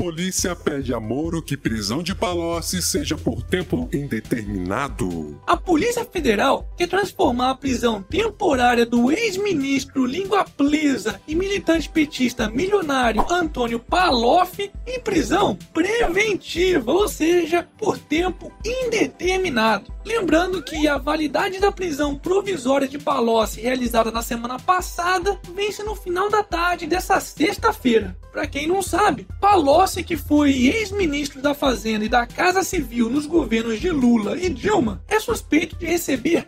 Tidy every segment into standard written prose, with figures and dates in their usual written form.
Polícia pede a Moro que prisão de Palocci seja por tempo indeterminado. A Polícia Federal quer transformar a prisão temporária do ex-ministro língua presa e militante petista milionário Antônio Palocci em prisão preventiva, ou seja, por tempo indeterminado. Lembrando que a validade da prisão provisória de Palocci realizada na semana passada vence no final da tarde dessa sexta-feira. Para quem não sabe, Palocci, que foi ex-ministro da Fazenda e da Casa Civil nos governos de Lula e Dilma, é suspeito de receber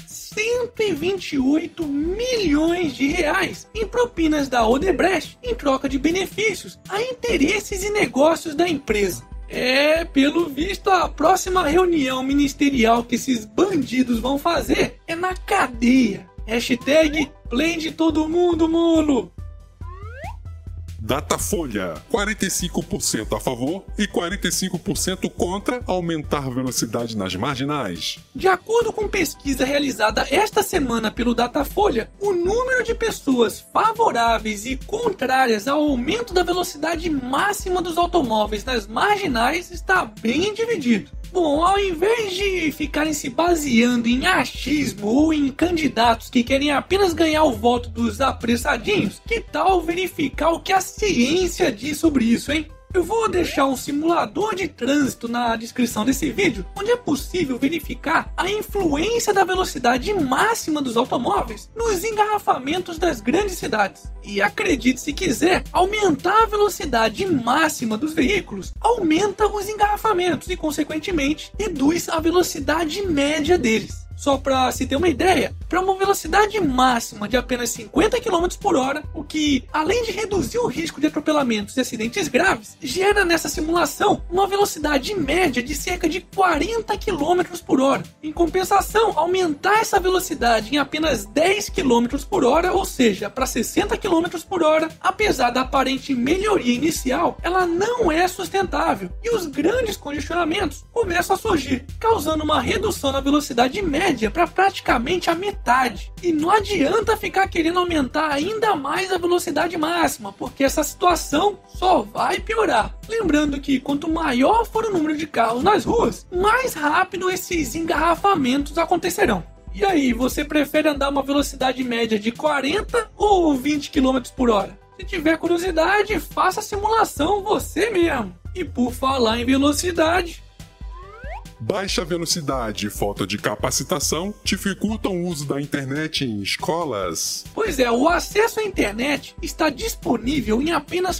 128 milhões de reais em propinas da Odebrecht em troca de benefícios a interesses e negócios da empresa. Pelo visto, a próxima reunião ministerial que esses bandidos vão fazer é na cadeia. Hashtag play de todo mundo, mano. Datafolha: 45% a favor e 45% contra aumentar velocidade nas marginais. De acordo com pesquisa realizada esta semana pelo Datafolha, o número de pessoas favoráveis e contrárias ao aumento da velocidade máxima dos automóveis nas marginais está bem dividido. Bom, ao invés de ficarem se baseando em achismo ou em candidatos que querem apenas ganhar o voto dos apressadinhos, que tal verificar o que a ciência diz sobre isso, hein? Eu vou deixar um simulador de trânsito na descrição desse vídeo, onde é possível verificar a influência da velocidade máxima dos automóveis nos engarrafamentos das grandes cidades. E acredite se quiser, aumentar a velocidade máxima dos veículos aumenta os engarrafamentos e, consequentemente, reduz a velocidade média deles. Só para se ter uma ideia, para uma velocidade máxima de apenas 50 km por hora, o que, além de reduzir o risco de atropelamentos e acidentes graves, gera nessa simulação uma velocidade média de cerca de 40 km por hora. Em compensação, aumentar essa velocidade em apenas 10 km por hora, ou seja, para 60 km por hora, apesar da aparente melhoria inicial, ela não é sustentável e os grandes congestionamentos começam a surgir, causando uma redução na velocidade média para praticamente a metade. E não adianta ficar querendo aumentar ainda mais a velocidade máxima, porque essa situação só vai piorar. Lembrando que quanto maior for o número de carros nas ruas, mais rápido esses engarrafamentos acontecerão. E aí, você prefere andar uma velocidade média de 40 ou 20 km por hora? Se tiver curiosidade, faça a simulação você mesmo. E por falar em velocidade, baixa velocidade e falta de capacitação dificultam o uso da internet em escolas. Pois é, o acesso à internet está disponível em apenas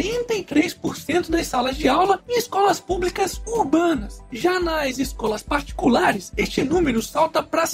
43% das salas de aula em escolas públicas urbanas. Já nas escolas particulares, este número salta para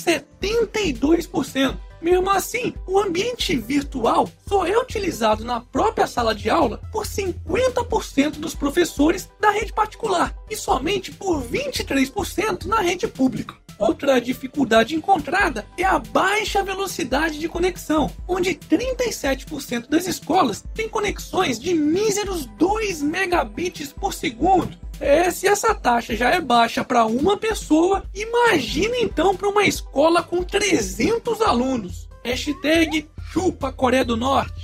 72%. Mesmo assim, o ambiente virtual só é utilizado na própria sala de aula por 50% dos professores da rede particular e somente por 23% na rede pública. Outra dificuldade encontrada é a baixa velocidade de conexão, onde 37% das escolas têm conexões de míseros 2 megabits por segundo. Se essa taxa já é baixa para uma pessoa, imagina então para uma escola com 300 alunos. Hashtag chupa Coreia do Norte.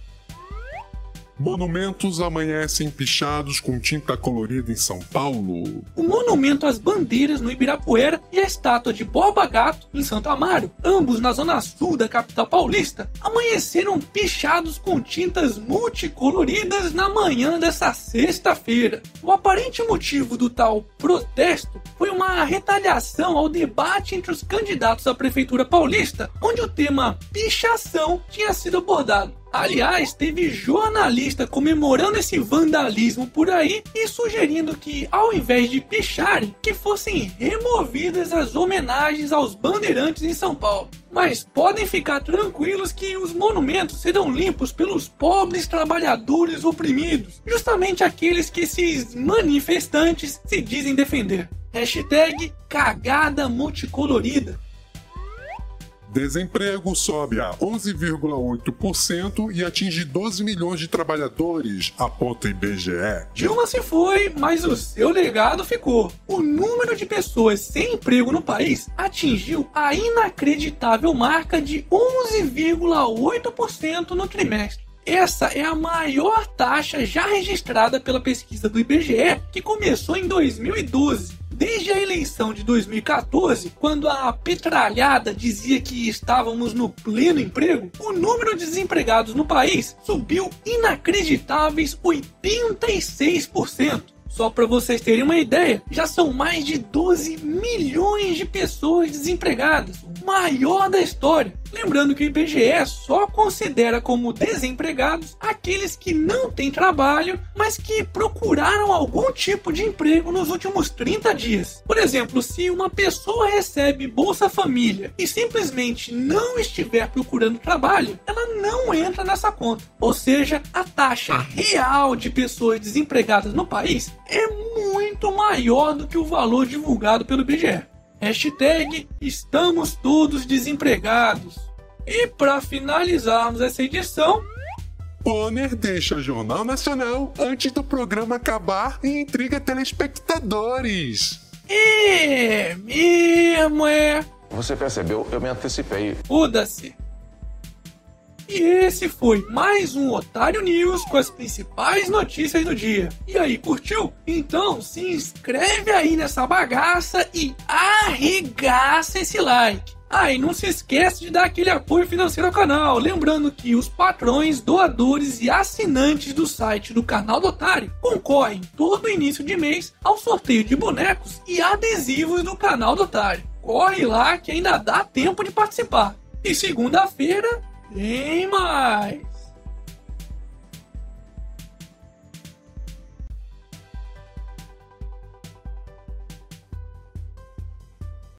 Monumentos amanhecem pichados com tinta colorida em São Paulo. O monumento às bandeiras no Ibirapuera e a estátua de Borba Gato em Santo Amaro, ambos na zona sul da capital paulista, amanheceram pichados com tintas multicoloridas na manhã dessa sexta-feira. O aparente motivo do tal protesto foi uma retaliação ao debate entre os candidatos à prefeitura paulista, onde o tema pichação tinha sido abordado. Aliás, teve jornalista comemorando esse vandalismo por aí e sugerindo que, ao invés de picharem, que fossem removidas as homenagens aos bandeirantes em São Paulo. Mas podem ficar tranquilos que os monumentos serão limpos pelos pobres trabalhadores oprimidos, justamente aqueles que esses manifestantes se dizem defender. Hashtag cagada multicolorida. Desemprego sobe a 11,8% e atinge 12 milhões de trabalhadores, aponta IBGE. Dilma se foi, mas o seu legado ficou. O número de pessoas sem emprego no país atingiu a inacreditável marca de 11,8% no trimestre. Essa é a maior taxa já registrada pela pesquisa do IBGE, que começou em 2012. Desde a eleição de 2014, quando a petralhada dizia que estávamos no pleno emprego, o número de desempregados no país subiu inacreditáveis 86%. Só para vocês terem uma ideia, já são mais de 12 milhões de pessoas desempregadas, o maior da história. Lembrando que o IBGE só considera como desempregados aqueles que não têm trabalho, mas que procuraram algum tipo de emprego nos últimos 30 dias. Por exemplo, se uma pessoa recebe Bolsa Família e simplesmente não estiver procurando trabalho, ela não entra nessa conta. Ou seja, a taxa real de pessoas desempregadas no país é muito maior do que o valor divulgado pelo IBGE. Hashtag estamos todos desempregados. E para finalizarmos essa edição, Bonner deixa o Jornal Nacional antes do programa acabar e intriga telespectadores. É mesmo, é. Você percebeu? Eu me antecipei. Foda-se. E esse foi mais um Otário News com as principais notícias do dia. E aí, curtiu? Então se inscreve aí nessa bagaça e arregaça esse like. E não se esquece de dar aquele apoio financeiro ao canal. Lembrando que os patrões, doadores e assinantes do site do Canal do Otário concorrem todo início de mês ao sorteio de bonecos e adesivos do Canal do Otário. Corre lá que ainda dá tempo de participar. E segunda-feira tem mais!